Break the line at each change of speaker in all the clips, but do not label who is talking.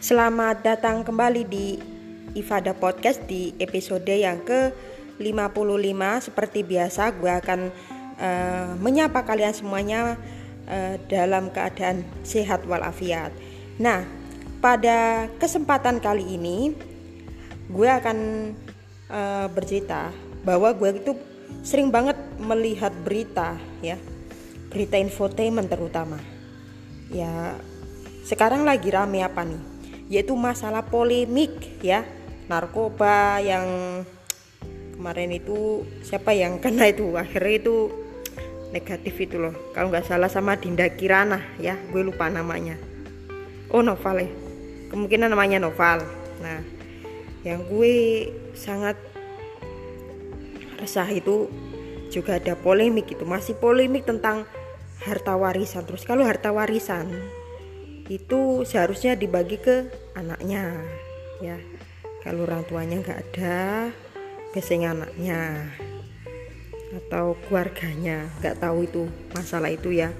Selamat datang kembali di Ifada Podcast di episode yang ke-55. Seperti biasa gue akan menyapa kalian semuanya dalam keadaan sehat walafiat. Nah, pada kesempatan kali ini gue akan bercerita bahwa gue itu sering banget melihat berita ya, berita infotainment terutama. Ya, sekarang lagi rame apa nih? Yaitu masalah polemik ya, narkoba yang kemarin itu siapa yang kena itu akhirnya itu negatif itu loh, kalau nggak salah sama Dinda Kirana ya, gue lupa namanya. Oh, Noval ya, kemungkinan namanya Noval. Nah, yang gue sangat resah itu juga ada polemik, itu masih polemik tentang harta warisan. Terus kalau harta warisan itu seharusnya dibagi ke anaknya ya, kalau orang tuanya nggak ada biasanya anaknya atau keluarganya, nggak tahu itu masalah itu ya.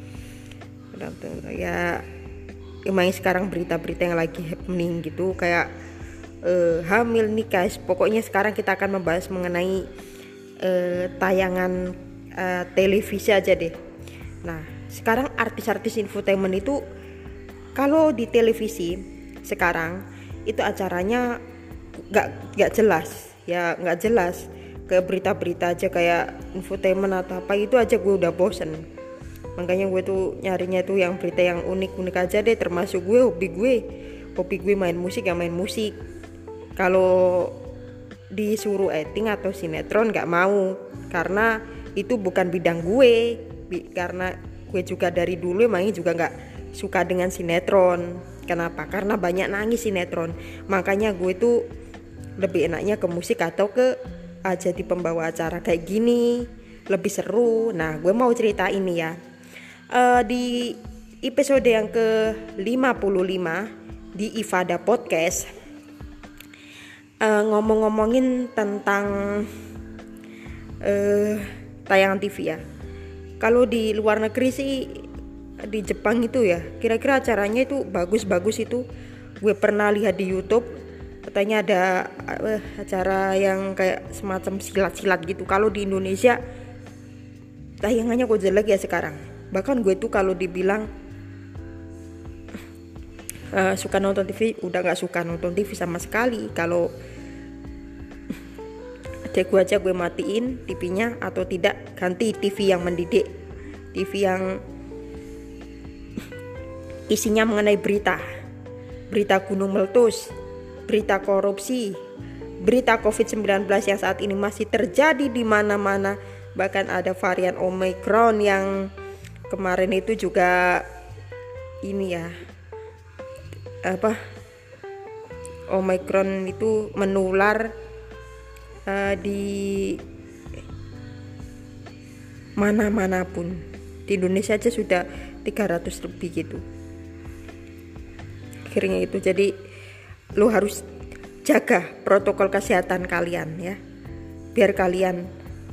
Ya emang sekarang berita-berita yang lagi happening gitu kayak hamil nikah. Pokoknya sekarang kita akan membahas mengenai tayangan televisi aja deh. Nah, sekarang artis-artis infotainment itu kalau di televisi sekarang itu acaranya nggak jelas ya, nggak jelas. Kayak berita-berita aja kayak infotainment atau apa itu aja gue udah bosen. Makanya gue tuh nyarinya tuh yang berita yang unik-unik aja deh. Termasuk hobi gue main musik, ya main musik. Kalau disuruh acting atau sinetron nggak mau, karena itu bukan bidang gue. Karena gue juga dari dulu emangnya juga nggak suka dengan sinetron. Kenapa? Karena banyak nangis sinetron. Makanya gue tuh lebih enaknya ke musik atau ke jadi pembawa acara kayak gini, lebih seru. Nah, gue mau cerita ini ya. Di episode yang ke-55 di Ifada Podcast, ngomongin tentang tayangan TV ya. Kalau di luar negeri sih, di Jepang itu ya, kira-kira acaranya itu bagus-bagus itu. Gue pernah lihat di YouTube, katanya ada acara yang kayak semacam silat-silat gitu. Kalau di Indonesia tayangannya kok jelek ya sekarang. Bahkan gue tuh kalau dibilang suka nonton TV, udah gak suka nonton TV sama sekali. Kalau adek gue aja gue matiin TV-nya, atau tidak ganti TV yang mendidik, TV yang isinya mengenai berita gunung meletus, berita korupsi, berita COVID-19 yang saat ini masih terjadi di mana-mana. Bahkan ada varian Omicron yang kemarin itu juga ini ya, Omicron itu menular di mana-mana pun. Di Indonesia aja sudah 300 lebih gitu. Akhirnya itu jadi lo harus jaga protokol kesehatan kalian ya, biar kalian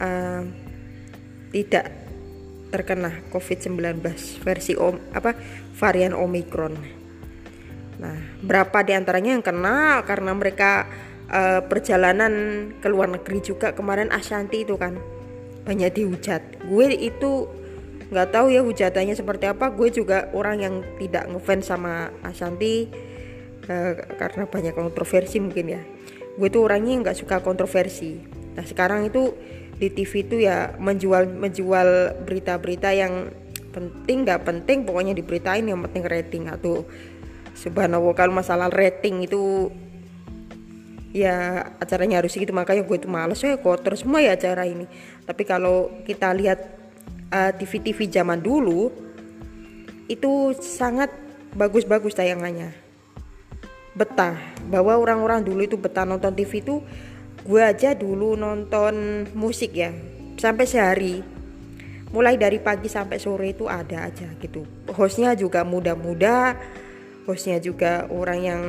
tidak terkena COVID-19 versi varian Omicron. Nah, berapa di antaranya yang kena karena mereka perjalanan ke luar negeri juga. Kemarin Ashanti itu kan banyak dihujat. Gue itu nggak tahu ya hujatannya seperti apa. Gue juga orang yang tidak ngefans sama Ashanti karena banyak kontroversi mungkin ya. Gue tuh orangnya nggak suka kontroversi. Nah, sekarang itu di TV itu ya menjual berita-berita yang penting nggak penting, pokoknya diberitain yang penting rating. Atau subhanallah, kalau masalah rating itu ya acaranya harus gitu. Makanya gue tuh males ya, kotor semua ya acara ini. Tapi kalau kita lihat TV-TV zaman dulu itu sangat bagus-bagus tayangannya, betah. Bahwa orang-orang dulu itu betah nonton TV itu. Gue aja dulu nonton musik ya sampai sehari, mulai dari pagi sampai sore itu ada aja gitu. Hostnya juga muda-muda, hostnya juga orang yang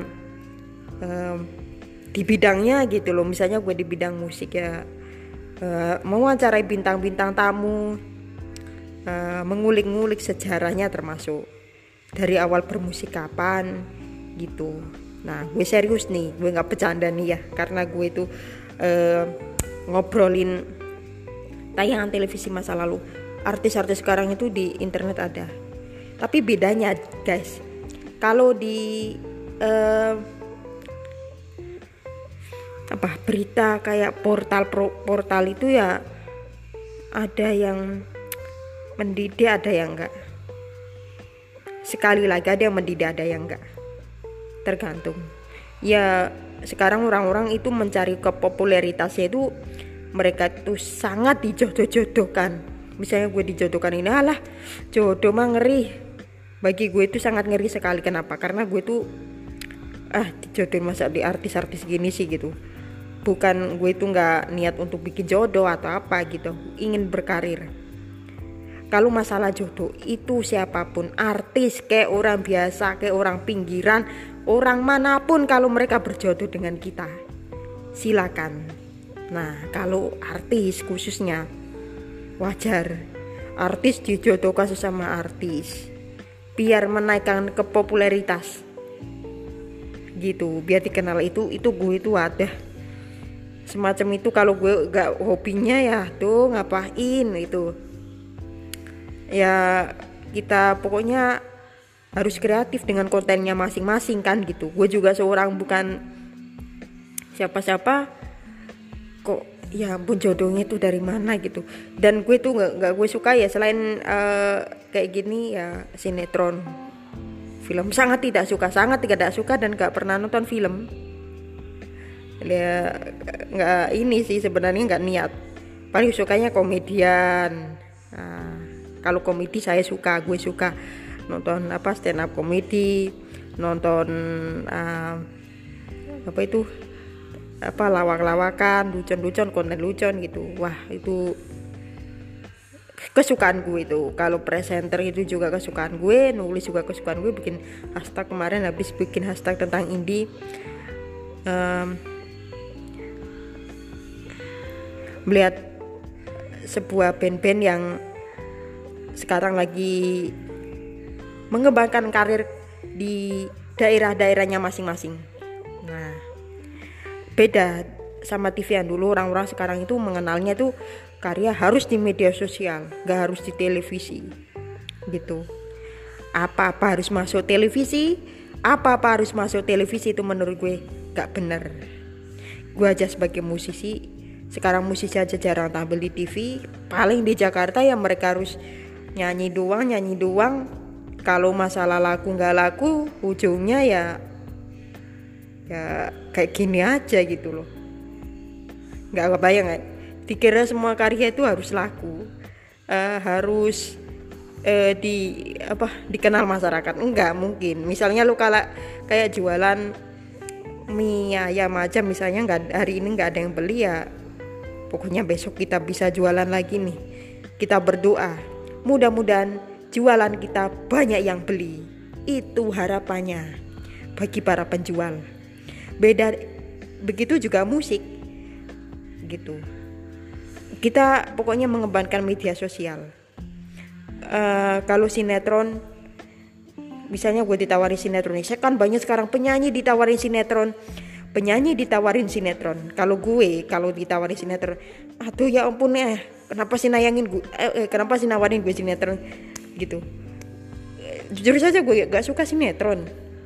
di bidangnya gitu loh. Misalnya gue di bidang musik ya, mewawancarai bintang-bintang tamu, mengulik-ngulik sejarahnya, termasuk dari awal bermusik kapan, gitu. Nah gue serius nih, gue nggak bercanda nih ya, karena gue itu ngobrolin tayangan televisi masa lalu. Artis-artis sekarang itu di internet ada, tapi bedanya guys, kalau di berita kayak portal itu ya ada yang mendidik, ada yang enggak. Sekali lagi, ada yang mendidik, ada yang enggak, tergantung. Ya sekarang orang-orang itu mencari kepopularitasnya itu, mereka itu sangat dijodoh-jodohkan. Misalnya gue dijodohkan ini, alah jodoh mah ngeri. Bagi gue itu sangat ngeri sekali. Kenapa? Karena gue tuh dijodohin masa di artis-artis gini sih gitu. Bukan, gue itu nggak niat untuk bikin jodoh atau apa gitu, ingin berkarir. Kalau masalah jodoh itu siapapun, artis kayak orang biasa, kayak orang pinggiran, orang manapun, kalau mereka berjodoh dengan kita silakan. Nah kalau artis khususnya wajar artis dijodohkan sesama artis biar menaikkan kepopularitas gitu, biar dikenal. Itu gue itu ada semacam itu. Kalau gue gak hobinya ya tuh ngapain itu ya, kita pokoknya harus kreatif dengan kontennya masing-masing kan gitu. Gue juga seorang bukan siapa-siapa kok, ya ampun jodohnya tuh dari mana gitu. Dan gue tuh nggak gue suka ya, selain kayak gini ya sinetron, film sangat tidak suka dan nggak pernah nonton film ya. Nggak ini sih sebenarnya, nggak niat. Paling sukanya komedian. Nah, kalau komedi saya suka, gue suka nonton stand up komedi, nonton lawak-lawakan, lucon-lucon, konten lucon gitu. Wah itu kesukaan gue itu. Kalau presenter itu juga kesukaan gue, nulis juga kesukaan gue. Bikin hashtag, kemarin habis bikin hashtag tentang indie, melihat sebuah band-band yang sekarang lagi mengembangkan karir di daerah-daerahnya masing-masing. Nah beda sama TV yang dulu. Orang-orang sekarang itu mengenalnya tuh karya harus di media sosial, gak harus di televisi gitu. Apa-apa harus masuk televisi, apa-apa harus masuk televisi, itu menurut gue gak bener. Gue aja sebagai musisi, sekarang musisi aja jarang tampil di TV. Paling di Jakarta ya mereka harus nyanyi doang. Kalau masalah laku gak laku, ujungnya ya kayak gini aja gitu loh. Nggak kebayang ya, dikira semua karya itu harus laku, harus dikenal masyarakat. Enggak mungkin. Misalnya lu kayak jualan mie ayam aja, misalnya hari ini nggak ada yang beli ya, pokoknya besok kita bisa jualan lagi nih. Kita berdoa mudah-mudahan jualan kita banyak yang beli. Itu harapannya bagi para penjual. Beda begitu juga musik gitu. Kita pokoknya mengembangkan media sosial. Kalau sinetron, misalnya gue ditawarin sinetron, saya kan banyak sekarang penyanyi ditawarin sinetron. Kalau ditawarin sinetron, aduh ya ampun kenapa sih nawarin gue sinetron gitu. Jujur saja gue gak suka sinetron.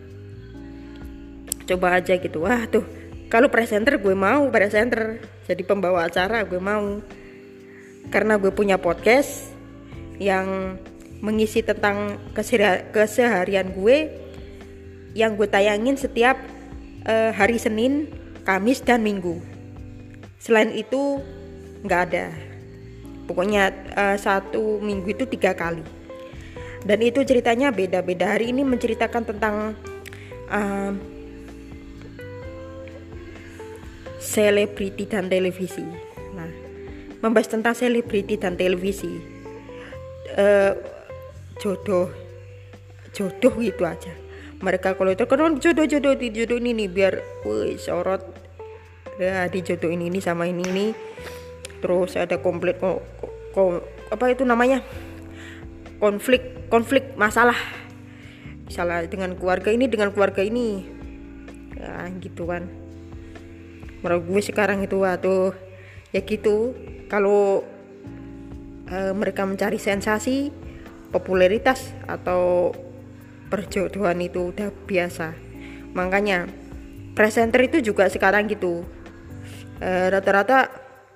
Coba aja gitu. Wah tuh, kalau presenter gue mau jadi pembawa acara, gue mau. Karena gue punya podcast yang mengisi tentang keseharian gue, yang gue tayangin setiap hari Senin, Kamis, dan Minggu. Selain itu nggak ada. Pokoknya satu minggu itu 3 kali. Dan itu ceritanya beda-beda. Hari ini menceritakan tentang selebriti dan televisi. Nah, membahas tentang selebriti dan televisi, jodoh gitu aja. Mereka kalau itu kan dijodohin ini biar sorot ya, dijodohin ini sama ini. Terus ada konflik konflik masalah. misalnya dengan keluarga ini ya gitu kan. Menurut gue sekarang itu ya gitu, kalau mereka mencari sensasi, popularitas atau perjodohan itu udah biasa. Makanya presenter itu juga sekarang gitu, rata-rata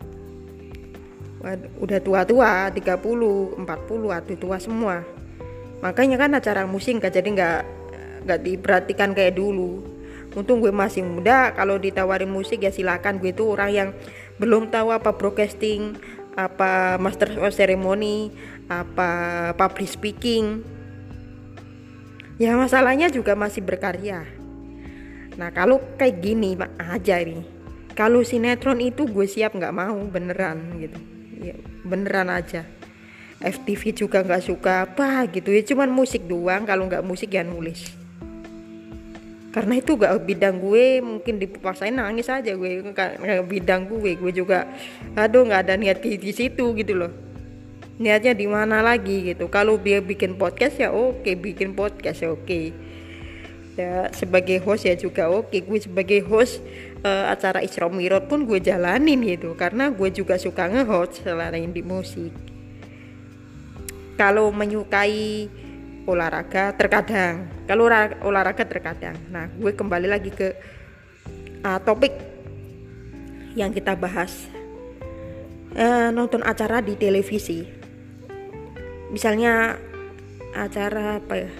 udah tua-tua, 30, 40, atau tua semua. Makanya kan acara musik jadi nggak diperhatikan kayak dulu. Untung gue masih muda, kalau ditawarin musik ya silakan. Gue itu orang yang belum tahu apa broadcasting, apa master of ceremony, apa public speaking. Ya masalahnya juga masih berkarya. Nah kalau kayak gini aja nih, kalau sinetron itu gue siap nggak mau beneran gitu. Ya, beneran aja. FTV juga nggak suka apa gitu ya, cuman musik doang. Kalau nggak musik ya nulis. Karena itu gak bidang gue, mungkin dipaksain nangis aja gue, gak bidang gue juga nggak ada niat di situ gitu loh. Niatnya di mana lagi gitu. Kalau dia bikin podcast ya oke, bikin podcast ya oke. Ya sebagai host ya juga oke. Gue sebagai host acara Isra Mi'raj pun gue jalanin gitu, karena gue juga suka nge-host selain di musik. Kalau menyukai olahraga terkadang, kalau olahraga terkadang. Nah gue kembali lagi ke topik yang kita bahas, nonton acara di televisi. Misalnya acara apa ya,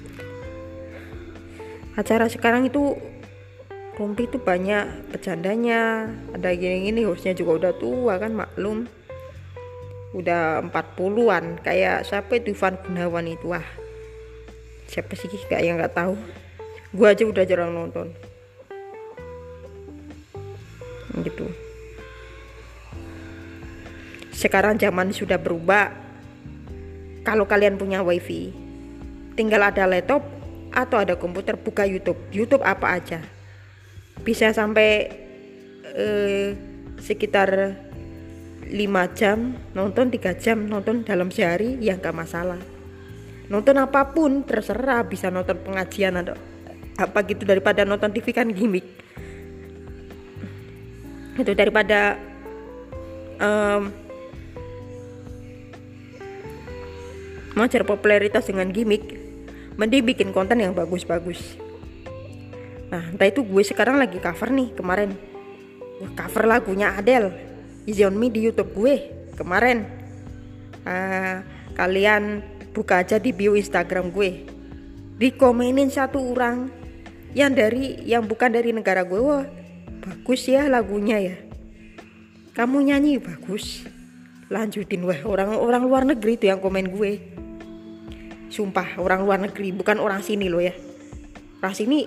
acara sekarang itu Kompi itu banyak bercandanya, ada gini-gini, hostnya juga udah tua kan, maklum udah 40-an, kayak siapa itu, Ivan Gunawan itu. Siapa sih kayak yang nggak tahu. Gue aja udah jarang nonton gitu. Sekarang zaman sudah berubah. Kalau kalian punya wifi, tinggal ada laptop atau ada komputer, buka YouTube apa aja, bisa sampai sekitar 5 jam nonton, 3 jam nonton dalam sehari, ya gak masalah. Nonton apapun terserah, bisa nonton pengajian atau apa gitu, daripada nonton TV kan gimmick. Itu daripada mengejar popularitas dengan gimmick, mending bikin konten yang bagus-bagus. Nah entah itu gue sekarang lagi cover nih, kemarin gue cover lagunya Adele, Easy on Me di YouTube gue kemarin. Kalian buka aja di bio Instagram gue, dikomenin satu orang yang bukan dari negara gue, wah bagus ya lagunya ya, kamu nyanyi bagus, lanjutin. Wah orang luar negeri itu yang komen gue, sumpah orang luar negeri, bukan orang sini loh ya. Orang sini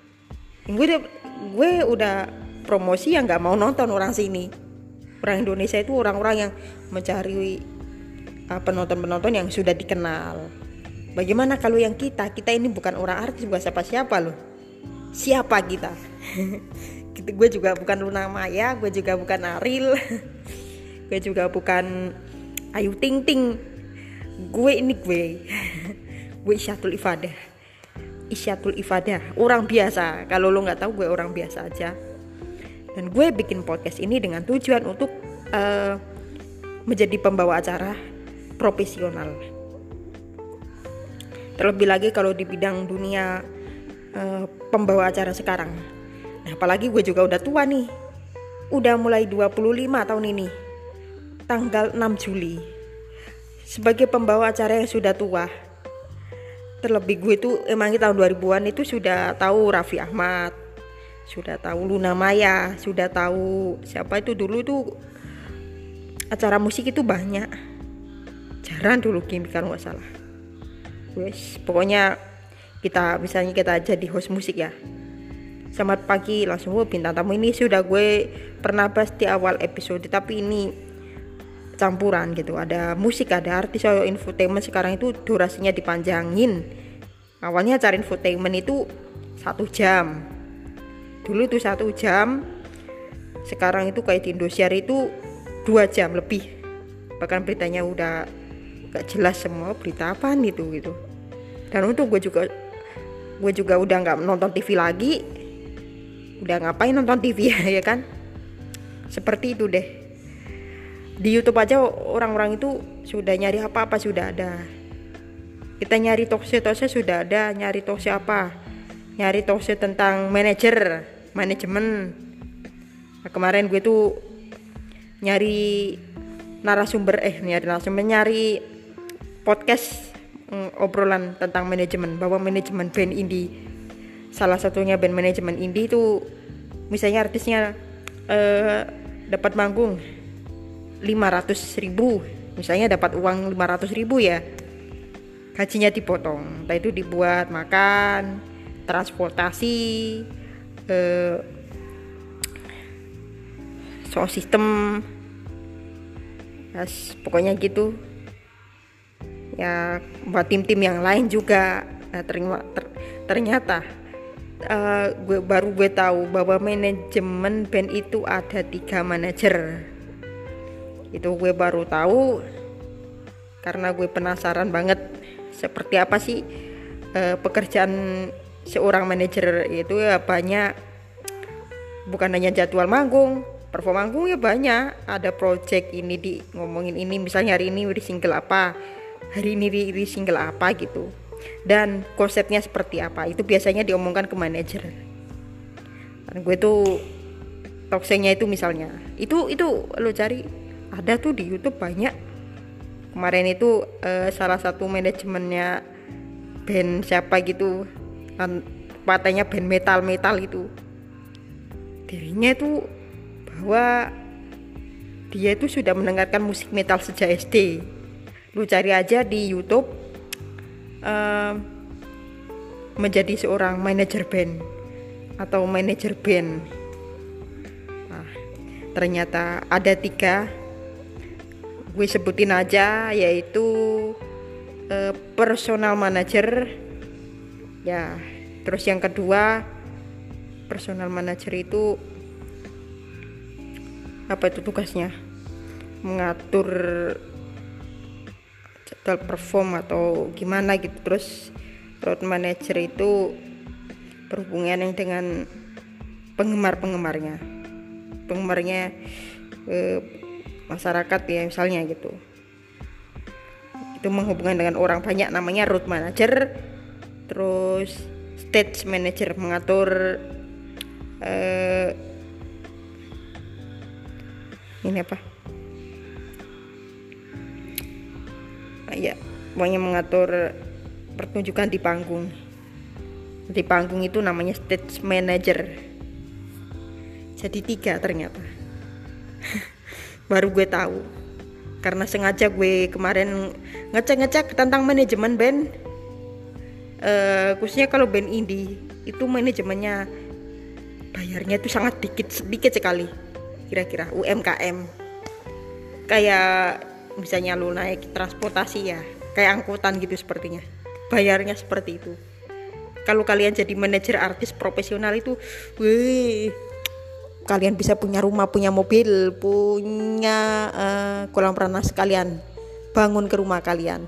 gue udah promosi yang nggak mau nonton orang sini. Orang Indonesia itu orang-orang yang mencari penonton-penonton yang sudah dikenal. Bagaimana kalau yang kita ini bukan orang artis, bukan siapa-siapa loh. Siapa kita? Gue juga bukan Luna Maya, gue juga bukan Ariel, gue juga bukan Ayu Ting Ting. Gue Isyatul Ifadah, orang biasa. Kalau lo nggak tahu, gue orang biasa aja. Dan gue bikin podcast ini dengan tujuan untuk menjadi pembawa acara profesional. Terlebih lagi kalau di bidang dunia pembawa acara sekarang. Nah, apalagi gue juga udah tua nih. Udah mulai 25 tahun ini. Tanggal 6 Juli. Sebagai pembawa acara yang sudah tua. Terlebih gue itu emangnya tahun 2000-an itu sudah tahu Raffi Ahmad, sudah tahu Luna Maya, sudah tahu siapa itu dulu tuh acara musik itu banyak. Jarang dulu gimmick kalau nggak salah. Wes, pokoknya kita jadi host musik ya. Selamat pagi, langsung bintang tamu ini sudah gue pernah bahas di awal episode, tapi ini campuran gitu. Ada musik, ada artis, atau infotainment. Sekarang itu durasinya dipanjangin. Awalnya acara infotainment itu 1 jam. Dulu itu 1 jam. Sekarang itu kayak di Indosiar itu 2 jam lebih. Bahkan beritanya udah gak jelas semua berita apaan itu gitu. Dan untuk gue juga gue juga udah nggak nonton TV lagi. Udah ngapain nonton TV ya kan? Seperti itu deh. Di YouTube aja orang-orang itu sudah nyari apa-apa sudah ada. Kita nyari talkshow sudah ada. Nyari talkshow apa? Nyari talkshow tentang manajemen. Nah, kemarin gue tuh nyari podcast obrolan tentang manajemen, bahwa manajemen band indie, salah satunya band manajemen indie itu misalnya artisnya dapat manggung 500.000, misalnya dapat uang 500.000 ya, gajinya dipotong, entah itu dibuat makan, transportasi, sound system, pokoknya gitu ya, buat tim-tim yang lain juga. Nah, ternyata gue tahu bahwa manajemen band itu ada 3 manajer. Itu gue baru tahu karena gue penasaran banget seperti apa sih pekerjaan seorang manajer itu. Ya banyak, bukan hanya jadwal manggung, perform manggung ya banyak, ada project ini di ngomongin ini, misalnya hari ini di single apa, hari ini di single apa gitu, dan konsepnya seperti apa, itu biasanya diomongkan ke manajer. Dan gue tuh talkshow-nya itu misalnya itu lo cari, ada tuh di YouTube banyak. Kemarin itu salah satu manajemennya band siapa gitu, katanya band metal itu, dirinya itu bahwa dia itu sudah mendengarkan musik metal sejak SD. Lu cari aja di YouTube menjadi seorang manajer band atau manajer band. Nah, ternyata ada 3, gue sebutin aja, yaitu personal manager ya. Terus yang kedua, personal manager itu apa itu tugasnya? Mengatur jadwal perform atau gimana gitu. Terus road manager itu berhubungan dengan penggemarnya masyarakat ya misalnya gitu. Itu menghubungkan dengan orang banyak, namanya road manager. Terus stage manager mengatur ini apa? Ya, pokoknya mengatur pertunjukan di panggung. Di panggung itu namanya stage manager. Jadi 3 ternyata. Baru gue tahu. Karena sengaja gue kemarin ngecek tentang manajemen band. Khususnya kalau band indie itu manajemennya bayarnya itu sangat sedikit sekali. Kira-kira UMKM. Kayak misalnya lu naik transportasi ya, kayak angkutan gitu sepertinya. Bayarnya seperti itu. Kalau kalian jadi manajer artis profesional itu, kalian bisa punya rumah, punya mobil, punya kolam renang sekalian, bangun ke rumah kalian.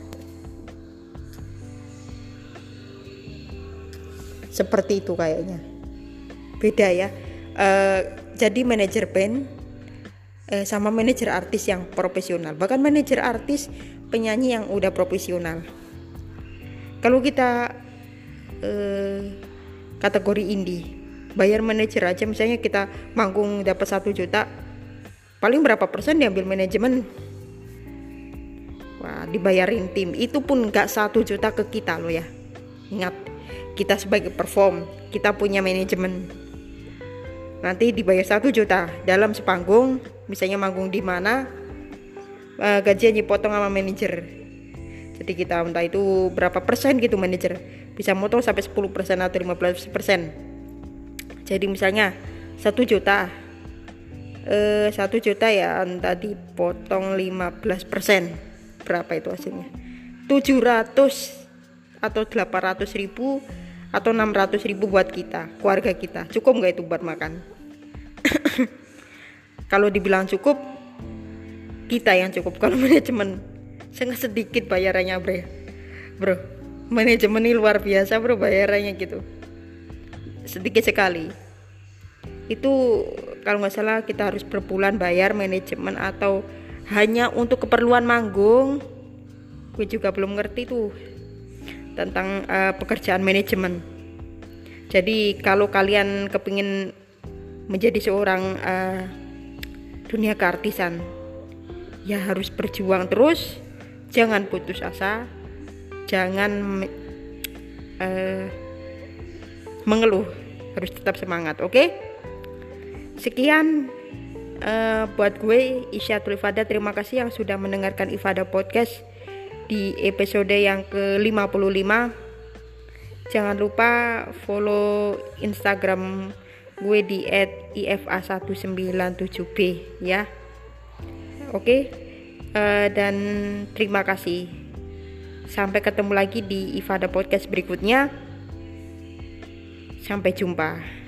Seperti itu kayaknya. Beda ya. Jadi manajer band sama manajer artis yang profesional. Bahkan manajer artis penyanyi yang udah profesional. Kalau kita kategori indie, bayar manajer aja, misalnya kita manggung dapat 1 juta, paling berapa persen diambil manajemen? Wah, dibayarin tim. Itu pun gak 1 juta ke kita loh ya. Ingat, kita sebagai perform, kita punya manajemen. Nanti dibayar 1 juta dalam sepanggung, misalnya manggung di mana, gajian dipotong sama manajer. Jadi kita entah itu berapa persen gitu, manajer bisa motong sampai 10% atau 15%. Jadi misalnya 1 juta 1 juta ya, entah dipotong 15%, berapa itu hasilnya? 700 atau 800 ribu atau 600 ribu buat kita, keluarga kita. Cukup gak itu buat makan? Kalau dibilang cukup, kita yang cukup. Kalau manajemen sangat sedikit bayarannya bro. Manajemen ini luar biasa bro bayarannya gitu, sedikit sekali. Itu kalau nggak salah kita harus per bulan bayar manajemen atau hanya untuk keperluan manggung. Gue juga belum ngerti tuh tentang pekerjaan manajemen. Jadi kalau kalian kepingin menjadi seorang dunia keartisan, ya harus berjuang terus, jangan putus asa, jangan mengeluh, harus tetap semangat. Oke? Sekian buat gue Isyatul Ifada. Terima kasih yang sudah mendengarkan Ifada Podcast di episode yang ke-55. Jangan lupa follow Instagram gue di @ifa197b ya. Oke? Dan terima kasih. Sampai ketemu lagi di Ifada Podcast berikutnya. Sampai jumpa.